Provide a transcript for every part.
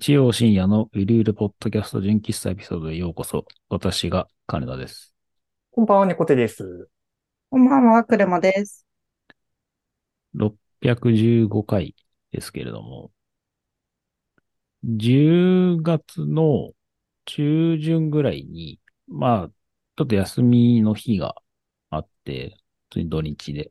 日曜深夜のゆるゆるポッドキャスト純喫茶エピソードへようこそ。私が金田です。 こんばんは、猫手です。 こんばんは、車です。 615回ですけれども、10月の中旬ぐらいに、まあ、ちょっと休みの日があって、普通に土日で。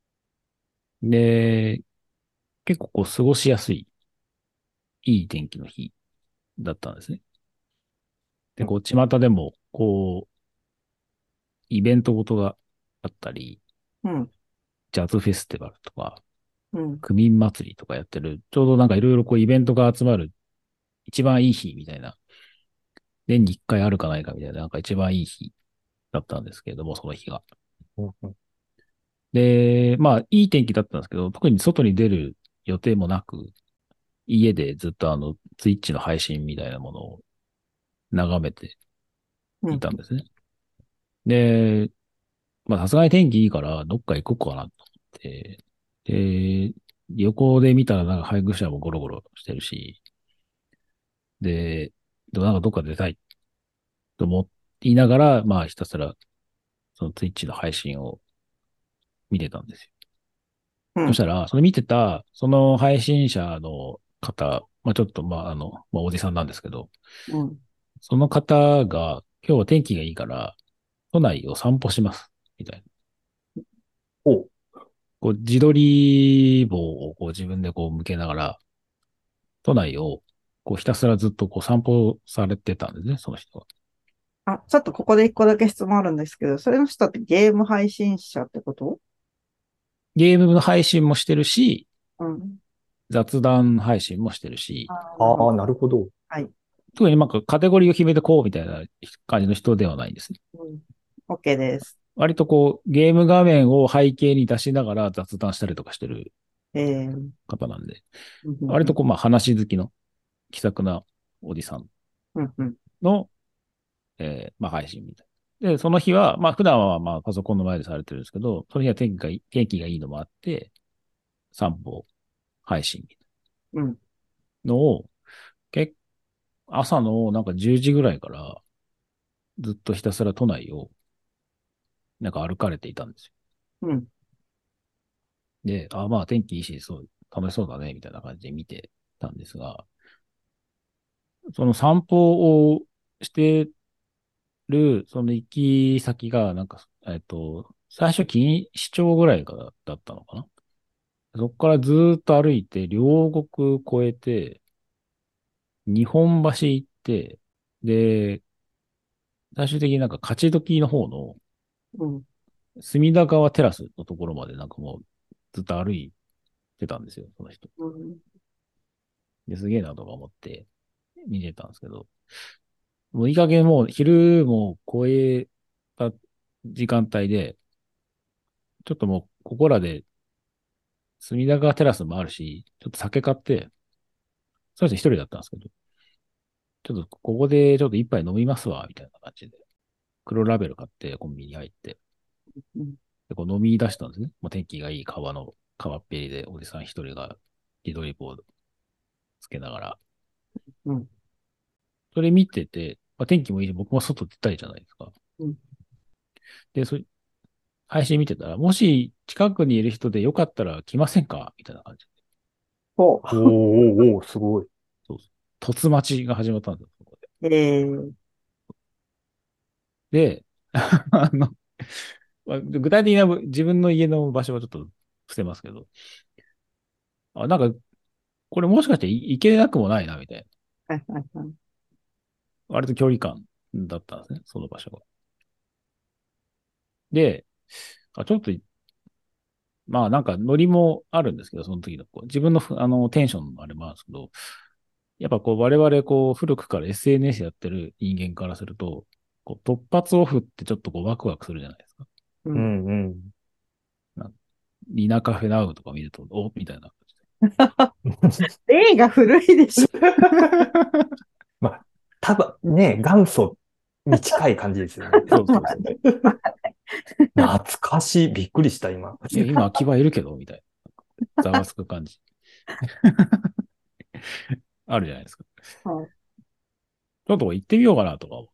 で、結構こう過ごしやすい、いい天気の日だったんですね。で、 うん、 こう、巷でも、こう、イベントごとがあったり、 うん、 ジャズフェスティバルとか、 うん、 区民祭りとかやってる、ちょうどなんかいろいろこうイベントが集まる一番いい日みたいな、年に一回あるかないかみたいな、なんか一番いい日だったんですけれども、その日が。 うん、うん。 で、まあ、いい天気だったんですけど、特に外に出る予定もなく、家でずっとツイッチの配信みたいなものを眺めてうん。 いたんですね。で、まあ、さすがに天気いいから、どっか行こうかなと思って、で、横で見たらなんか配偶者もゴロゴロしてるし、なんかどっか出たいと思いながら、まあひたすらそのツイッチの配信を見てたんですよ。 うん。 そしたら、それ見てた、その配信者の方、まあちょっと、まあおじさんなんですけど、 うん。 その方が、今日は天気がいいから、都内を散歩します。みたいな。 おう。 こう、自撮り棒をこう自分でこう向けながら、都内をこうひたすらずっとこう散歩されてたんですね、その人は。 あ、ちょっとここで一個だけ質問あるんですけど、それの人ってゲーム配信者ってこと？ ゲームの配信もしてるし、 うん。 雑談配信もしてるし、 ああ、なるほど。 ああ、なるほど。 はい。 特になんかカテゴリーを決めてこうみたいな感じの人ではないんですね。 うん。OK です。 割とこう、ゲーム画面を背景に出しながら雑談したりとかしてるうん方なんで、 うん、うん、 割とこう、まあ話好きの気さくなおじさんうん、うん、 の、まあ配信みたいな。で、その日は、まあ普段はまあパソコンの前でされてるんですけど、その日は天気がいいのもあって、散歩配信みたいうん、 なのを、結朝のなんか10時ぐらいからずっとひたすら都内をなんか歩かれていたんですよ。 うん、 で、まあ天気いいし、そう、楽しそうだね、みたいな感じで見てたんですが、その散歩をしてる、その行き先が、なんか、最初錦糸町ぐらいからだったのかな。そこからずーっと歩いて、両国越えて、日本橋行って、で、最終的になんか勝どきの方のうん、 隅田川テラスのところまでなんかもうずっと歩いてたんですよ、その人。 うん、 で、すげえなとか思って見てたんですけど、もういい加減もう昼も超えた時間帯で、ちょっともうここらで隅田川テラスもあるし、ちょっと酒買って、その人一人だったんですけど、ちょっとここでちょっと一杯飲みますわ、みたいな感じで。黒ラベル買ってコンビニ入って、 うん、 でこう飲み出したんですね。もう天気がいい川っぺりでおじさん一人が自撮りボードつけながら。 うん、 それ見てて、まあ、天気もいいし、僕も外出たいじゃないですか。 うん。 で、配信見てたら、もし近くにいる人でよかったら来ませんかみたいな感じで。 ほおーおーおー、すごい。 そうそう。突待ちが始まったんですよ、そこで。 う。 で、あの、具体的な自分の家の場所はちょっと伏せますけど、なんか、これもしかして行けなくもないな、みたいな。 はい、はい、はい。 割と距離感だったんですね、その場所が。で、ちょっと、まあなんかノリもあるんですけど、その時の自分のテンションのあれもあるんですけど、やっぱこう我々こう古くから SNS やってる人間からすると、こう突発オフってちょっとこうワクワクするじゃないですか。 うん。 うんうん。 なんリナカフェナウとか見ると、みたいな感じで。 例が古いでしょ。 まあ、多分ね、元祖に近い感じですよね。 そうそうそう。 懐かしい。びっくりした、今。 今秋葉いるけど、みたいな。ざわつく感じ。あるじゃないですか。 はい。 ちょっと行ってみようかなとか思って、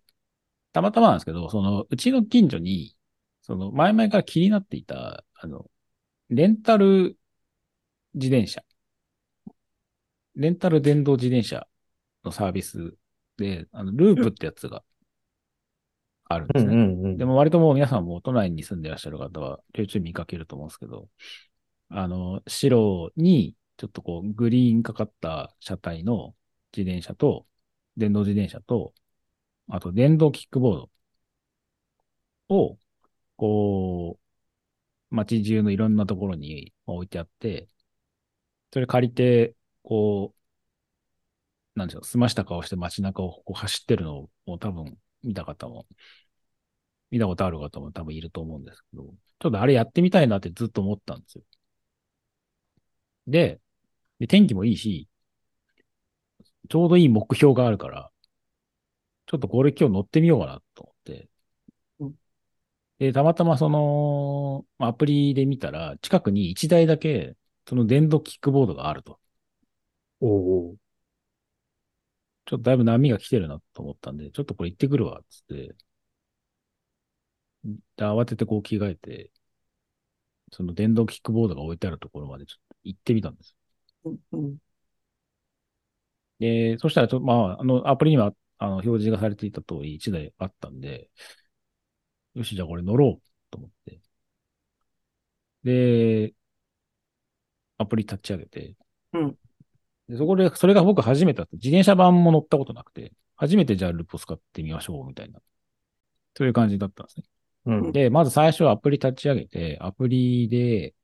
たまたまなんですけど、うちの近所に、前々から気になっていた、レンタル自転車、レンタル電動自転車のサービスで、ループってやつがあるんでうんうすね。 んうん。 でも割ともう皆さんも都内に住んでいらっしゃる方は、ちょいちょい見かけると思うんですけど、白に、ちょっとこう、グリーンかかった車体の自転車と、電動自転車と、あと電動キックボードを、こ街中のいろんなところに置いてあって、それ借りて、こなんでしょう、澄ました顔して街中をこう走ってるのを多分見た方も、見たことある方も多分いると思うんですけど、ちょっとあれやってみたいなってずっと思ったんですよ。で、天気もいいし、ちょうどいい目標があるから、ちょっとこれ今日乗ってみようかなと思って、 うん。 で、たまたまアプリで見たら、近くに1台だけ、その電動キックボードがあると。 おお。 ちょっとだいぶ波が来てるなと思ったんで、ちょっとこれ行ってくるわ、つって、で慌ててこう着替えて、その電動キックボードが置いてあるところまでちょっと行ってみたんです。 うん。うん。 で、そしたらまあ、アプリには、表示がされていた通り1台あったんで、よし、じゃあこれ乗ろうと思って。で、アプリ立ち上げて、 うん。 で、それが僕初めてだった。自転車版も乗ったことなくて、初めてじゃあルポ使ってみましょう、みたいな。そういう感じだったんですね。 うん。 で、まず最初はアプリ立ち上げて、アプリで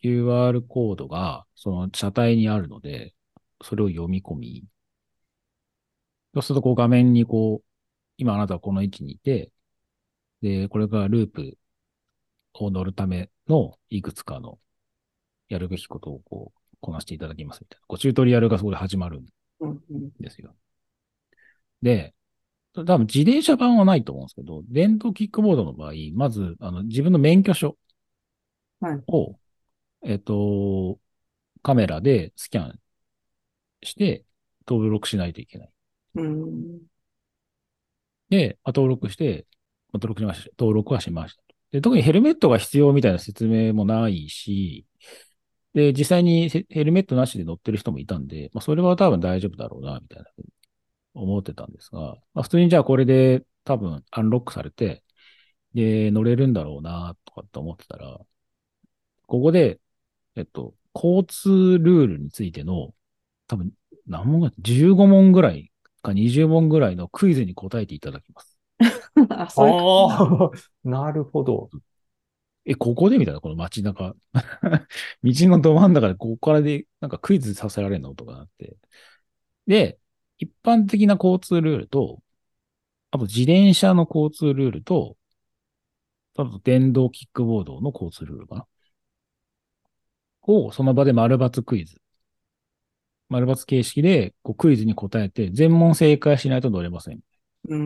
QR コードがその車体にあるので、それを読み込み、そうするとこう画面に今あなたはこの位置にいて、で、これからループを乗るためのいくつかのやるべきことをこなしていただきますみたいな。チュートリアルがそこで始まるんうん。うん。 ですよ。で、多分自転車版はないと思うんですけど、電動キックボードの場合、まず、自分の免許証はい。 を、えっと、カメラでスキャンして登録しないといけない。 うん。 で、登録して、登録しました。登録はしました。で、特にヘルメットが必要みたいな説明もないし、で、実際にヘルメットなしで乗ってる人もいたんで、まあ、それは多分大丈夫だろうな、みたいな思ってたんですが、まあ、普通にじゃあこれで多分アンロックされて、で、乗れるんだろうな、とかって思ってたら、ここで、交通ルールについての、多分、何問ぐらい？ 15 問ぐらいか20問ぐらいのクイズに答えていただきます。 あ、そういう感じなんだ。 ああ、なるほど。 ここでみたいな、この街中。道のど真ん中でここからで、なんかクイズさせられるのとかなって。で、一般的な交通ルールと、あと自転車の交通ルールと、あと電動キックボードの交通ルールかなを、その場で丸抜クイズ。丸抜形式でクイズに答えて、全問正解しないと乗れません。 うん。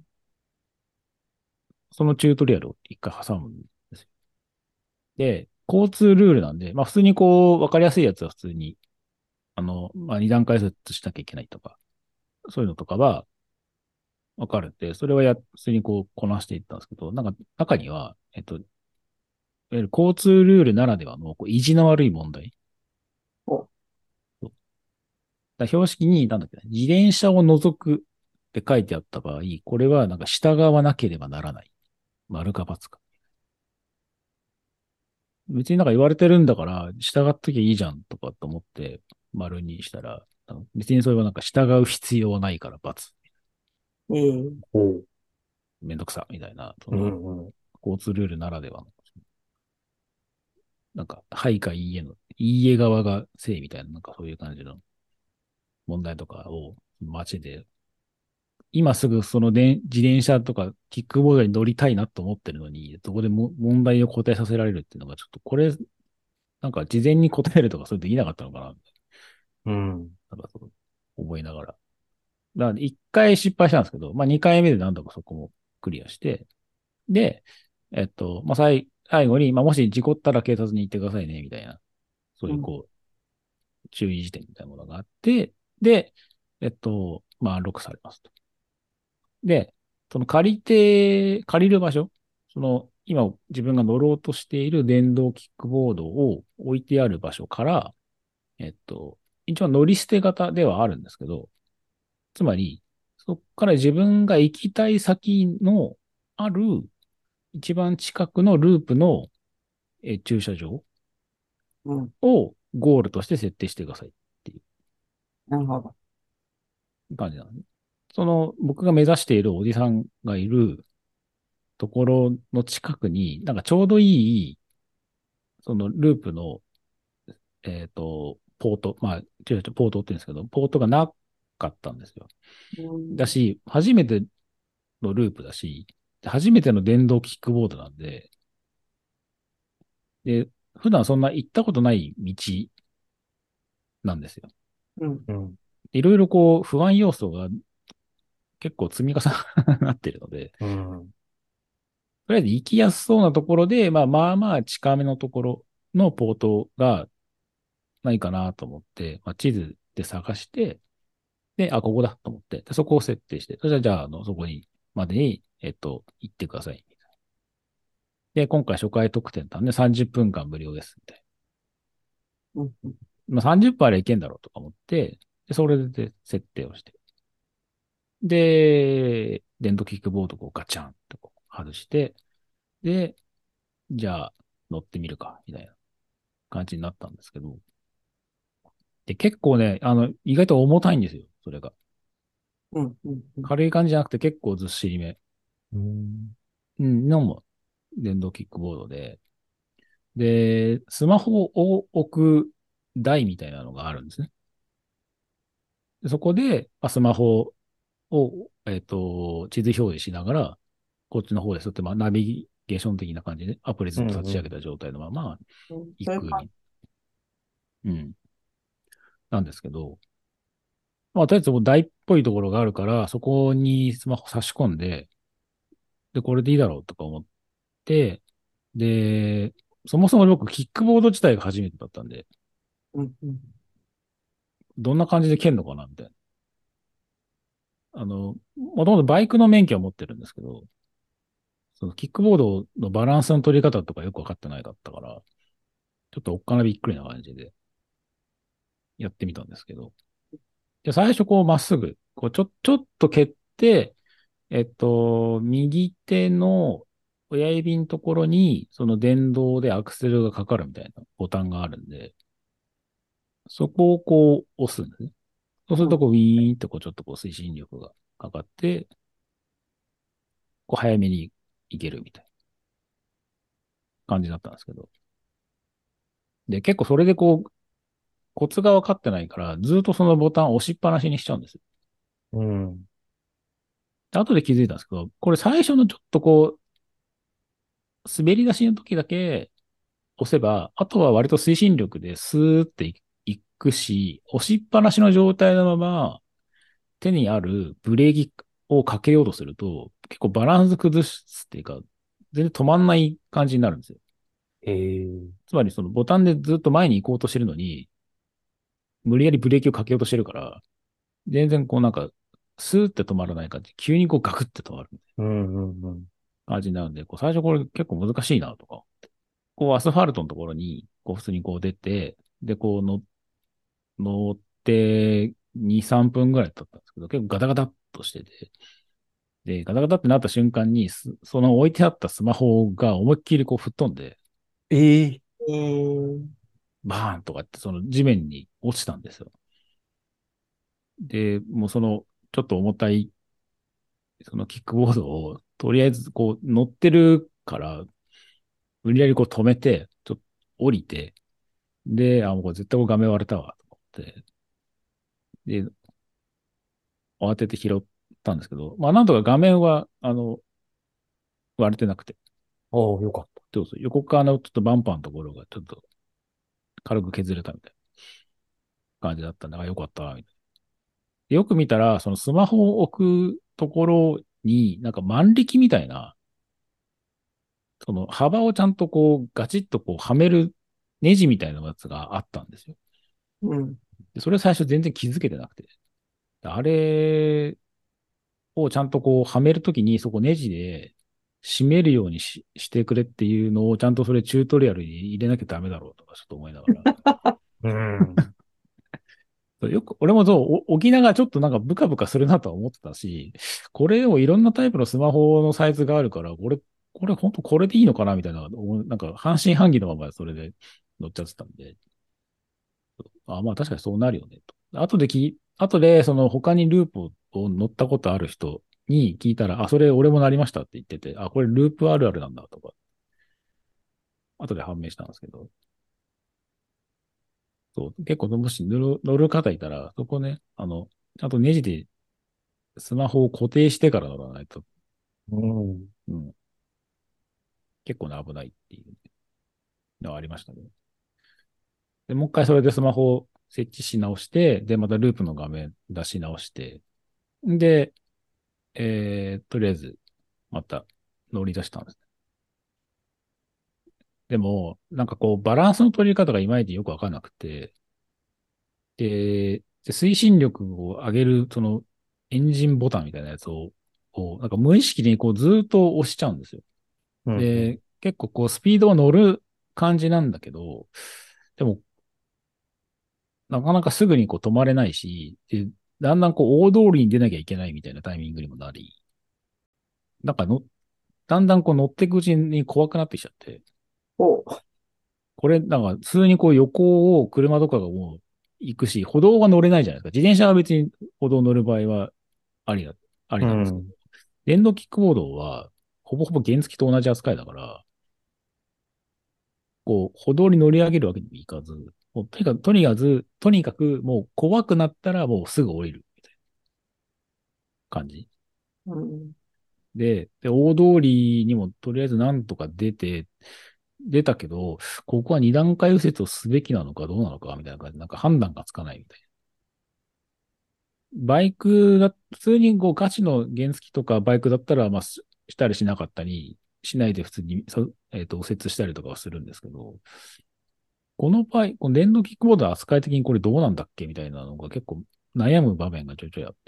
そのチュートリアルを一回挟むんですよ。で、交通ルールなんで、まあ普通にわかりやすいやつは普通に、まあ二段階ずつしなきゃいけないとか、そういうのとかはわかるんで、それは普通にこなしていったんですけど、なんか中には、いわゆる交通ルールならではの意地の悪い問題。 お、 標識に、なんだっけな、自転車を除くって書いてあった場合、これはなんか従わなければならない。丸か×か。別になんか言われてるんだから、従っときゃいいじゃんとかと思って丸にしたら、別にそれはなんか従う必要はないから×。 ええ。 おう。 めんどくさ、みたいな、 うんうん。 交通ルールならではの、なんか、はいかいいえの、いいえ側が正みたいな、なんかそういう感じの問題とかを街で、今すぐ自転車とかキックボードに乗りたいなと思ってるのに、そこで問題を答えさせられるっていうのがちょっとこれ、なんか事前に答えるとかそれできなかったのかな、 うん。 なんかそう思いながら。だから一回失敗したんですけど、まあ二回目で何度かそこもクリアして、で、まあ最後に、まあもし事故ったら警察に行ってくださいね、みたいな、そういううん。 注意事点みたいなものがあって、で、 まあ、アンロックされますと。で、その借りる場所、今自分が乗ろうとしている電動キックボードを置いてある場所から、一応乗り捨て型ではあるんですけど、つまり、そこから自分が行きたい先のある一番近くのループの駐車場うん。 をゴールとして設定してくださいっていなるほど。 う感じなのね。僕が目指しているおじさんがいるところの近くに、なんかちょうどいい、そのループの、ポート、まあ、ポートって言うんですけど、ポートがなかったんですよ。 うん。 だし、初めてのループだし、初めての電動キックボードなんで、で、普段そんな行ったことない道なんですよ。 うん。 うん。 いろいろこう不安要素が結構積み重なっているので、 うん。 とりあえず行きやすそうなところで、まあ近めのところのポートがないかなと思って、地図で探して、で、ここだと思って、でそこを設定して、それじゃあ、そこまでに、行ってください。で、今回初回特典なんで30分間無料ですみたいうん。 な。30分あればいけんだろうとか思って、で、それで設定をして。で、電動キックボードをガチャンとこう外して、で、じゃあ乗ってみるか、みたいな感じになったんですけど、で、結構ね、意外と重たいんですよ、それが。 うん。うん。うん。 軽い感じじゃなくて結構ずっしりめ。 うん。 うん、のも電動キックボードで、で、スマホを置く台みたいなのがあるんですね。でそこで、スマホを、地図表示しながら、こっちの方でそうやって、ナビゲーション的な感じで、アプリずっと立ち上げた状態のままうん。 行くみ、 そういう感うん、なんですけど、とりあえずもう台っぽいところがあるから、そこにスマホ差し込んで、で、これでいいだろうとか思って、で、そもそも僕、キックボード自体が初めてだったんで、 じ。うん。うん。 どんな感じで蹴るのかなみたいな。もともとバイクの免許は持ってるんですけど、そのキックボードのバランスの取り方とかよくわかってないかったから、ちょっとおっかなびっくりな感じでやってみたんですけど、で、最初こうまっすぐ、こうちょっと蹴って、右手の親指のところに、その電動でアクセルがかかるみたいなボタンがあるんで、そこをこう押すんですね。そうするとこうウィーンってこうちょっとこう推進力がかかって、こう早めに行けるみたいな感じだったんですけど。で、結構それでこう、コツが分かってないから、ずっとそのボタンを押しっぱなしにしちゃうんですよ。 うん。 で後で気づいたんですけど、これ最初のちょっとこう、滑り出しの時だけ押せば、あとは割と推進力でスーっていくし、押しっぱなしの状態のまま、手にあるブレーキをかけようとすると、結構バランス崩すっていうか、全然止まんない感じになるんですよ。 ええ。 つまりそのボタンでずっと前に行こうとしてるのに、無理やりブレーキをかけようとしてるから、全然こうなんか、スーって止まらない感じ、急にこうガクって止まるうん。うん。うん。 感じになるんで、こう最初これ結構難しいなとか、こうアスファルトのところに、こう普通にこう出て、で、こう乗って2、3分ぐらい経ったんですけど、結構ガタガタっとしてて、で、ガタガタってなった瞬間に、その置いてあったスマホが思いっきりこう吹っ飛んで、 ええ。 バーンとかってその地面に落ちたんですよ。で、もうちょっと重たい、そのキックボードを、とりあえずこう乗ってるから、無理やりこう止めて、ちょっと降りて、で、もうこれ絶対これ画面割れたわ、と思って、で、慌てて拾ったんですけど、なんとか画面は、割れてなくて、 ああ、よかった。 どうぞ横側のちょっとバンパーのところがちょっと軽く削れたみたいな感じだったんで、よかった、みたいな。よく見たら、そのスマホを置くところに、なんか万力みたいな、その幅をちゃんとこう、ガチッとこう、はめるネジみたいなやつがあったんですよ。 うん。 でそれ最初全然気づけてなくて。 あれをちゃんとこうはめるときにそこネジで締めるようにしてくれっていうのをちゃんとそれチュートリアルに入れなきゃダメだろうとかちょっと思いながら。 うん。 よく、俺もそう、置きながらちょっとなんかブカブカするなとは思ってたし、これをいろんなタイプのスマホのサイズがあるから、これ本当これでいいのかなみたいな、なんか半信半疑のままそれで乗っちゃってたんで、まあ確かにそうなるよねと。後でその他にループを乗ったことある人に聞いたら、それ俺もなりましたって言ってて、これループあるあるなんだとか、後で判明したんですけど、そう、結構もし乗る方いたら、そこね、ちゃんとネジでスマホを固定してから乗らないと、 うん。 うん、結構ね危ないっていうのはありましたね。で、もう一回それでスマホを設置し直して、で、またループの画面出し直して、で、とりあえず、また乗り出したんです。でも、なんかこう、バランスの取り方がいまいちよくわかんなくて、推進力を上げる、その、エンジンボタンみたいなやつをなんか無意識にこう、ずっと押しちゃうんですよ。 うん。 で、結構こう、スピードは乗る感じなんだけど、でも、なかなかすぐにこう止まれないし、で、だんだんこう大通りに出なきゃいけないみたいなタイミングにもなり、なんかだんだんこう乗っていくうちに怖くなってきちゃって、 おう。 これ、なんか普通にこう横を車とかがもう行くし、歩道は乗れないじゃないですか。自転車は別に歩道乗る場合はありだ、ありなんですけど、 うん。 電動キックボードはほぼほぼ原付と同じ扱いだから、こう歩道に乗り上げるわけにもいかず、もうとにかくもう怖くなったらもうすぐ降りるみたいな感じ。 うん。 で、大通りにもとりあえずなんとか出たけど、ここは二段階右折をすべきなのかどうなのかみたいな感じで、なんか判断がつかないみたいな。普通にこうガチの原付とかバイクだったら、まあ、したりしなかったり、しないで普通に、右折したりとかはするんですけど、この場合、この電動キックボードは扱い的にこれどうなんだっけみたいなのが結構悩む場面がちょいちょいあって。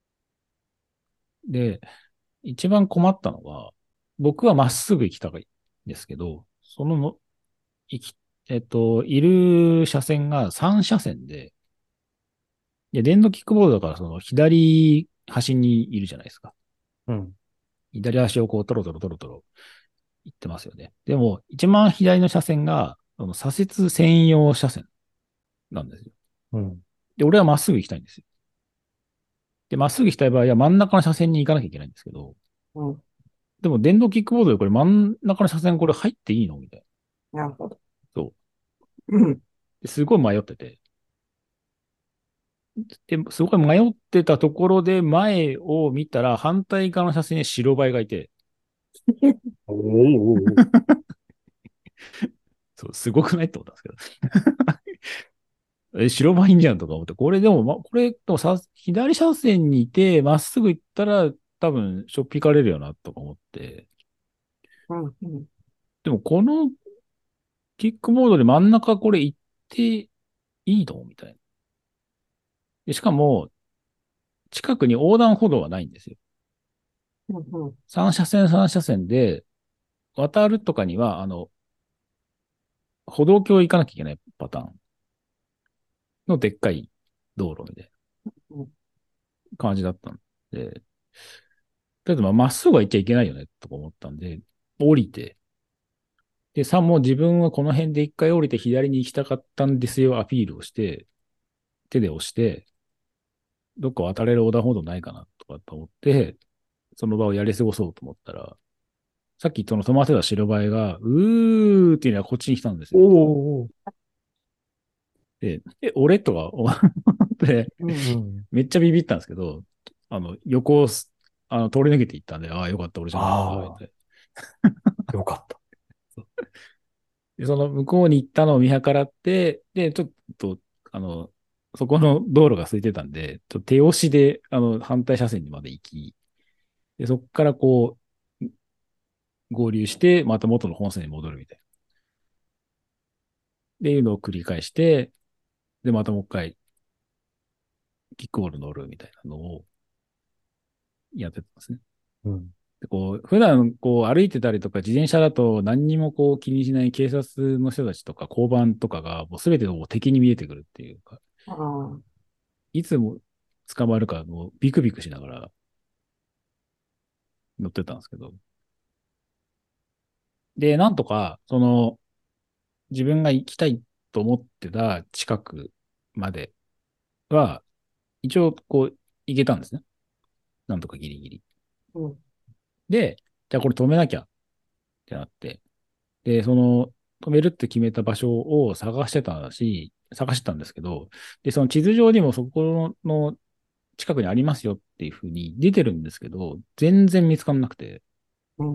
で、一番困ったのが、僕はまっすぐ行きたいんですけど、そのの、行き、いる車線が3車線で、電動キックボードだからその左端にいるじゃないですか。 うん。 左足をこうトロトロトロトロ行ってますよね。でも、一番左の車線が、左折専用車線なんですよ。 うん。 で、俺はまっすぐ行きたいんですよ。で、まっすぐ行きたい場合は真ん中の車線に行かなきゃいけないんですけど、 うん。 でも電動キックボードでこれ真ん中の車線これ入っていいのみたいなるほど。 な。そう。 うん。 すごい迷ってて。で、すごい迷ってたところで前を見たら反対側の車線に白バイがいて、 おお。 そう、すごくないって思ったんですけど。白バイんじゃんとか思って、これでも、これ、でも左車線にいて、まっすぐ行ったら多分、しょっぴかれるよな、とか思って。 うん。うん。 でも、このキックボードで真ん中これ行っていいのみたいな。で、しかも、近くに横断歩道はないんですよ。 うん。 3車線で、渡るとかには、歩道橋行かなきゃいけないパターンのでっかい道路みたいうん。 な感じだったんで、とりあえずまっすぐは行っちゃいけないよね、とか思ったんで、降りて、で、3も自分はこの辺で一回降りて左に行きたかったんですよ、アピールをして、手で押して、どっか渡れる横断歩道ないかな、とかと思って、その場をやり過ごそうと思ったら、さっきその止まってた白バイが、ーっていうのはこっちに来たんですおよ。 お。 で、俺とか思って、 うんうん。 めっちゃビビったんですけど、横を通り抜けていったんで、よかった、俺じゃないわ、みあたいあ、よかった。 な。で、その向こうに行ったのを見計らって、で、ちょっと、あの、そこの道路が空いてたんで、ちょっと手押しで、反対車線にまで行き、で、そこからこう、合流して、また元の本線に戻るみたいな。っていうのを繰り返して、で、またもう一回、 キックボード乗るみたいなのをやってたんですね。 うん。 でこう普段こう歩いてたりとか自転車だと何にもこう気にしない警察の人たちとか交番とかがもう全てを敵に見えてくるっていうか、 ああ、 いつも捕まるかもうビクビクしながら乗ってたんですけど。で、なんとか、その自分が行きたいと思ってた近くまでは、一応こう行けたんですね。なんとかギリギリ。 うん。 で、じゃあこれ止めなきゃってなって、で、その、止めるって決めた場所を探してたんですけど、で、その地図上にもそこの近くにありますよっていうふうに出てるんですけど、全然見つからなくて、 うん。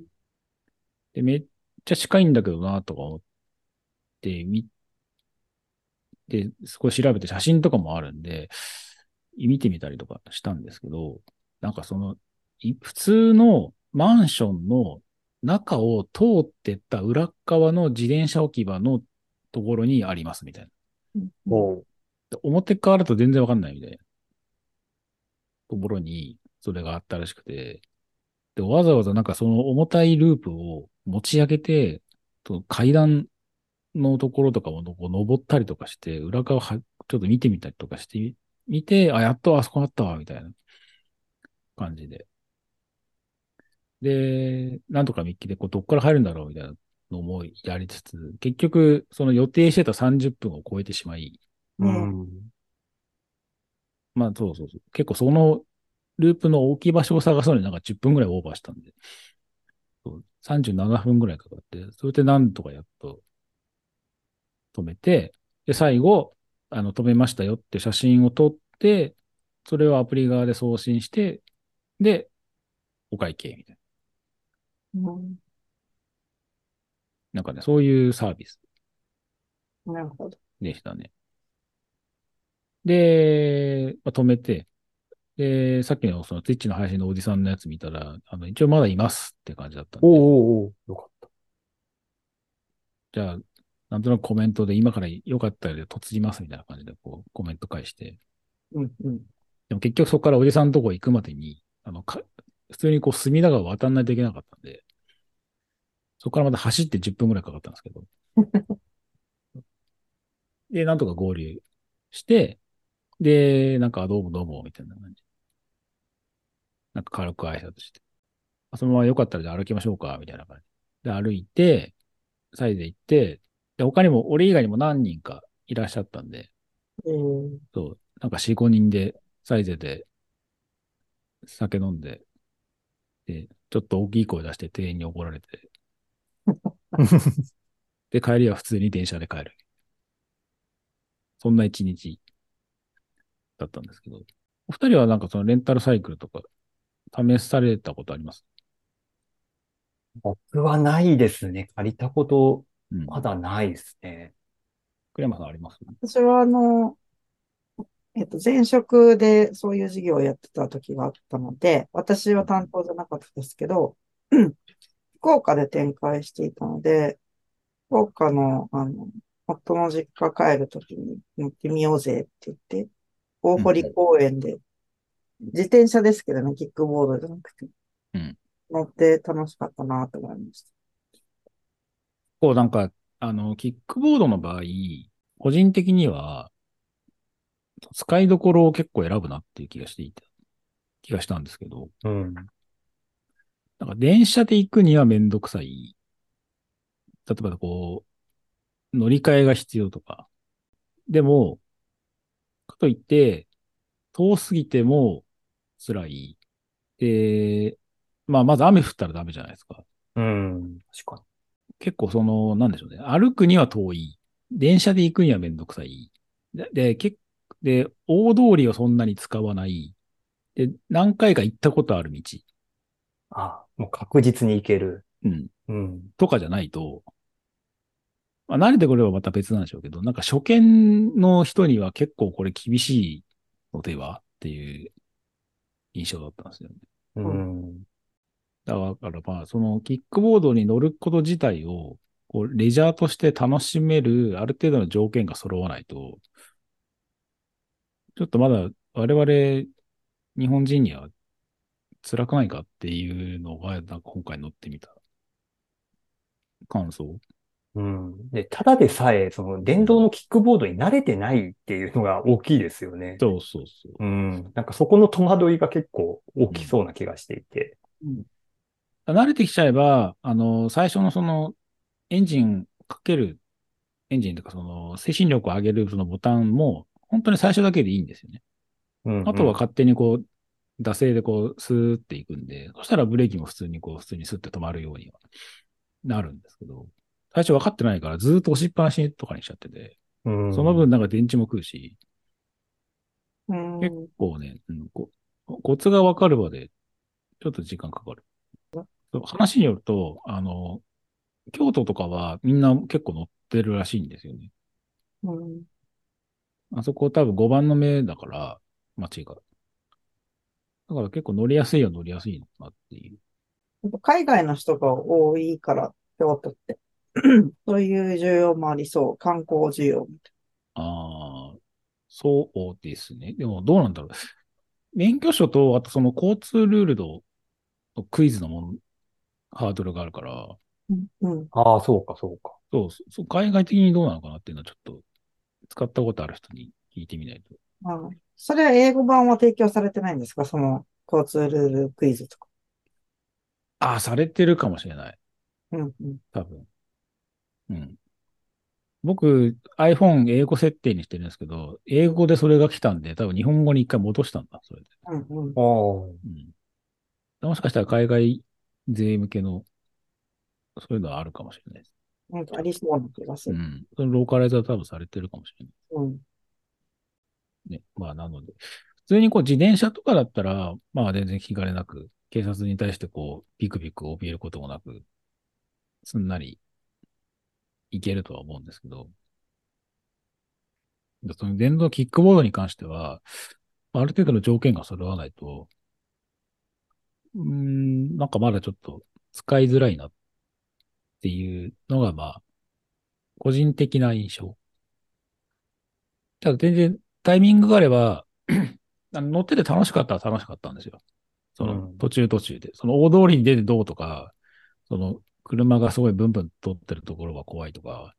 で、めっちゃ近いんだけどなとか思って見て、そこ調べて写真とかもあるんで、見てみたりとかしたんですけど、なんかその、普通のマンションの中を通ってった裏側の自転車置き場のところにありますみたいな。 おう。 で表側だと全然わかんないみたいなところにそれがあったらしくて、で、わざわざなんかその重たいループを持ち上げて、階段のところとかもこう登ったりとかして、裏側はちょっと見てみたりとかしてみて、あ、やっとあそこあったわ、みたいな感じで。で、なんとか見っけて、こう、どっから入るんだろう、みたいなのもやりつつ、結局、その予定してた30分を超えてしまい、 うねん。 まあ、そうそうそう。結構そのループの置き場所を探すのになんか10分ぐらいオーバーしたんで、そう37分ぐらいかかって、それでなんとかやっと止めて、で、最後、止めましたよって写真を撮って、それをアプリ側で送信して、で、お会計みたいうん。 な。なんかね、そういうサービスなるほど。 でしたね。で、まあ、止めて、で、さっきのその Twitch の配信のおじさんのやつ見たら、一応まだいますって感じだったんおうで、 おうおう。よかった。 じゃあ、なんとなくコメントで今からよかったらで突じますみたいな感じでこうコメント返して、 うん。うん。 でも結局そこからおじさんのとこ行くまでに、普通にこう隅田川渡んないといけなかったんで、そこからまた走って10分ぐらいかかったんですけど、で、なんとか合流して、で、なんかどうもどうもみたいな感じ。なんか軽く挨拶して、そのままよかったらじゃあ歩きましょうかみたいな感じ。で、歩いて、サイで行って、で、他にも、俺以外にも何人かいらっしゃったんで、そう、なんか4、5人で、サイゼで酒飲んで、で、ちょっと大きい声出して店員に怒られて、で、帰りは普通に電車で帰る。そんな一日だったんですけど、お二人はなんかそのレンタルサイクルとか試されたことあります？ 僕はないですね。借りたことうん。 まだないですね。 栗山さんあります？ 私は前職でそういう事業をやってた時があったので、私は担当じゃなかったですけど、福岡で展開していたので、福岡の、夫の実家帰る時に乗ってみようぜって言って、大うん。 堀公園で、自転車ですけどね、キックボードじゃなくて、 うん。 乗って楽しかったなと思いました。 こうなんか、キックボードの場合、個人的には使いどころを結構選ぶなっていう気がしたんですけど、 うん。 なんか電車で行くにはめんどくさい。例えばこう、乗り換えが必要とか。でも、かといって、遠すぎても辛い。で、まあ、まず雨降ったらダメじゃないですか。 うん。確か結構その、なんでしょうね。歩くには遠い。電車で行くにはめんどくさい。で、大通りをそんなに使わない。で、何回か行ったことある道。 あ、もう確実に行ける。 うん。 うん。 とかじゃないと、まあ、慣れてくればまた別なんでしょうけど、なんか初見の人には結構これ厳しいのではっていう印象だったんですよね。 ううん。 ん。 だからまあ、そのキックボードに乗ること自体を、こう、レジャーとして楽しめるある程度の条件が揃わないと、ちょっとまだ我々日本人には辛くないかっていうのが、なんか今回乗ってみた感想。 うん。で、ただでさえ、その電動うん。 のキックボードに慣れてないっていうのが大きいですよね。 そうそうそうん。なんかそこの戸惑いが結構大う。うきん。 そうな気がしていて。 慣れてきちゃえば、最初のその、エンジンかける、エンジンとかその、推進力を上げるそのボタンも、本当に最初だけでいいんですよね。 うんうん。 あとは勝手にこう、惰性でこう、スーっていくんで、そしたらブレーキも普通にこう、普通にスッて止まるようにはなるんですけど、最初分かってないからずーっと押しっぱなしとかにしちゃってて、 うん。 その分なんか電池も食うし、 う結ん。 構ね、コツが分かるまでちょっと時間かかる。そう話によると、京都とかはみんな結構乗ってるらしいんですよね。 うん。 あそこ多分5番の目だから、街が。だから結構乗りやすいは乗りやすいのかなっていう。 やっぱ海外の人が多いから、京都って。そういう需要もありそう。観光需要みたいああ、そうですね。でもどうなんだろう。免許証と、あとその交通ルールのクイズのハードルがあるから、 な。うん。 ああ、そうか、そうか。 そう、海外的にどうなのかなっていうのはちょっと使ったことある人に聞いてみないと。 それは英語版は提供されてないんですか？その交通ルールクイズとか。 ああ、されてるかもしれない。 うん。うん。 多分。うん。僕、iPhone 英語設定にしてるんですけど、英語でそれが来たんで、多分日本語に一回戻したんだ、それで。 うん。うん。 ああ。 うん。もしかしたら海外勢向けの、そういうのはあるかもしれないです。 なんかありそうな気がする。 うん。そのローカライズは多分されてるかもしれないうん。 ね。まあ、なので、普通にこう自転車とかだったら、まあ全然気兼ねなく、警察に対してこう、ビクビク怯えることもなく、すんなりいけるとは思うんですけど、その電動キックボードに関しては、ある程度の条件が揃わないと、なんかまだちょっと使いづらいなっていうのが、まあ、個人的な印象。ただ全然タイミングがあれば、乗ってて楽しかったら楽しかったんですよ。そのうん。 途中途中で。その大通りに出てどうとか、その車がすごいブンブン通ってるところが怖いとか、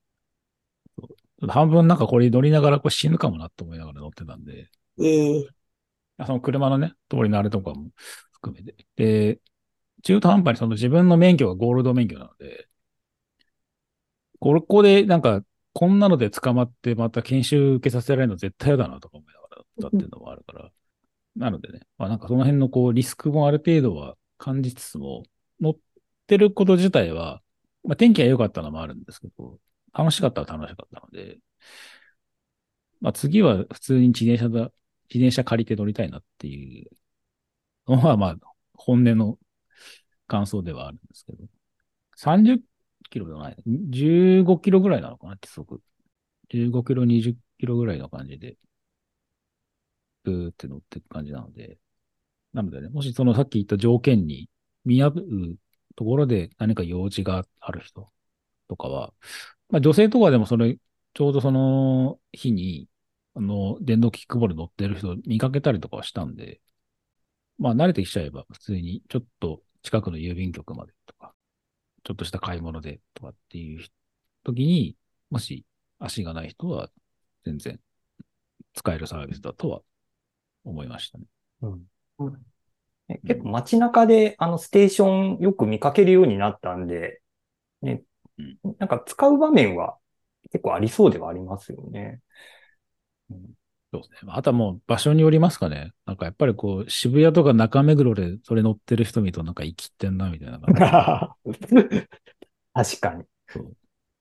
半分なんかこれ乗りながらこれ死ぬかもなと思いながら乗ってたんで、 ええ。 その車のね、通りのあれとかも含めて。で、中途半端にその自分の免許がゴールド免許なので、ここでなんか、こんなので捕まってまた研修受けさせられるの絶対嫌だなとか思いながらだっていうのもあるから。なのでね、まあなんかその辺のこうリスクもある程度は感じつつも、乗ってること自体は、まあ天気が良かったのもあるんですけど、楽しかったは楽しかったので、まあ次は普通に自転車借りて乗りたいなっていうのはまあ本音の感想ではあるんですけど、30キロじゃない、15キロぐらいなのかな、時速。15キロ、20キロぐらいの感じで、ブーって乗っていく感じなので、なのでね、もしそのさっき言った条件に見合うところで何か用事がある人とかは、まあ女性とかでもそれ、ちょうどその日に、電動キックボール乗ってる人見かけたりとかはしたんで、まあ慣れてきちゃえば普通にちょっと近くの郵便局までとか、ちょっとした買い物でとかっていう時に、もし足がない人は全然使えるサービスだとは思いましたね。 うん。 うん。 うん。 結構街中でステーションよく見かけるようになったんで、ね、 うん。 なんか使う場面は結構ありそうではありますよね。うん。 そうですね。あとはもう場所によりますかね。なんかやっぱりこう、渋谷とか中目黒でそれ乗ってる人見るとなんか生きってんなみたいな感じで、 確かに。 そう、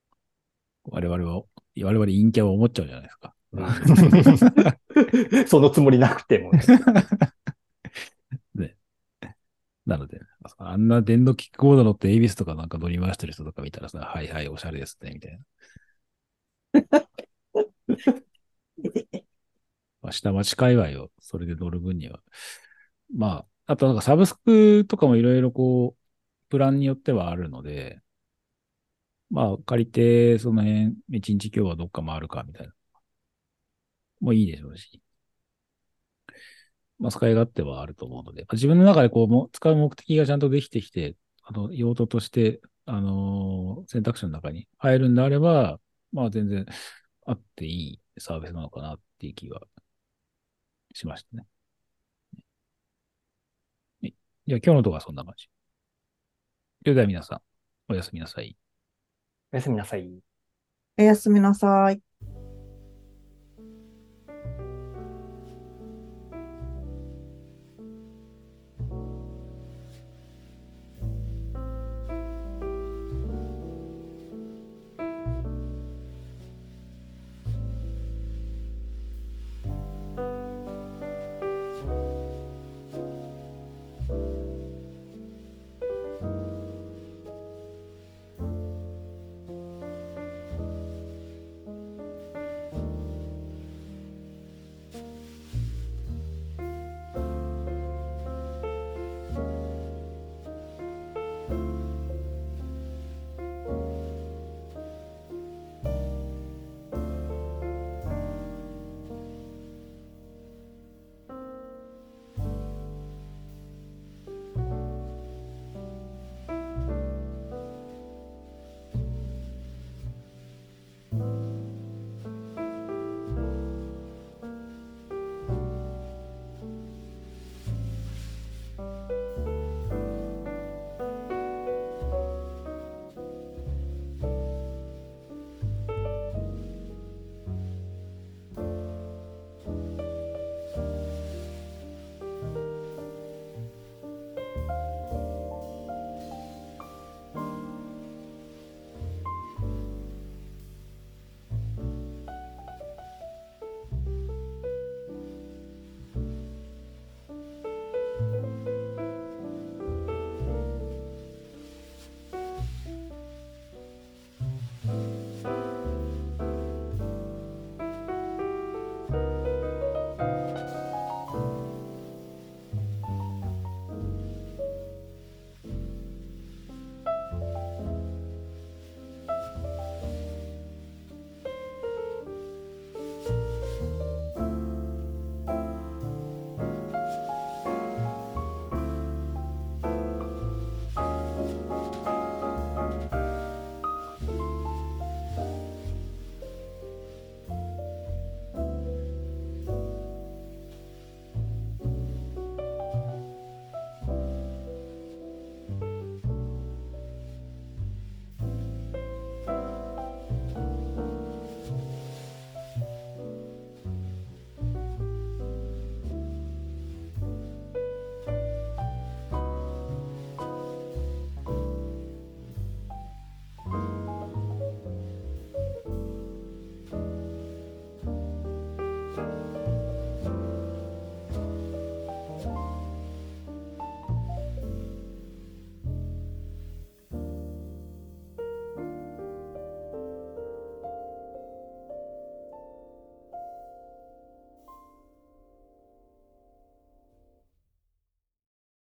我々陰キャは思っちゃうじゃないですか。 うん。そのつもりなくてもね。 ね。なので、あんな電動キックボード乗って恵比寿とかなんか乗り回してる人とか見たらさ、はいはい、おしゃれですね、みたいな。まあ、下町界隈をそれで乗る分には。まあ、あとなんかサブスクとかもいろいろこう、プランによってはあるので、まあ、借りて、その辺、一日今日はどっか回るか、みたいな。もういいでしょうし。 まあ、使い勝手はあると思うので、自分の中でこうも、使う目的がちゃんとできてきて、用途として、選択肢の中に入るんであれば、まあ、全然あっていいサービスなのかなっていう気がしましたね。はい。じゃあ、今日のところはそんな感じ。それでは皆さん、おやすみなさい。 おやすみなさい。 おやすみなさい。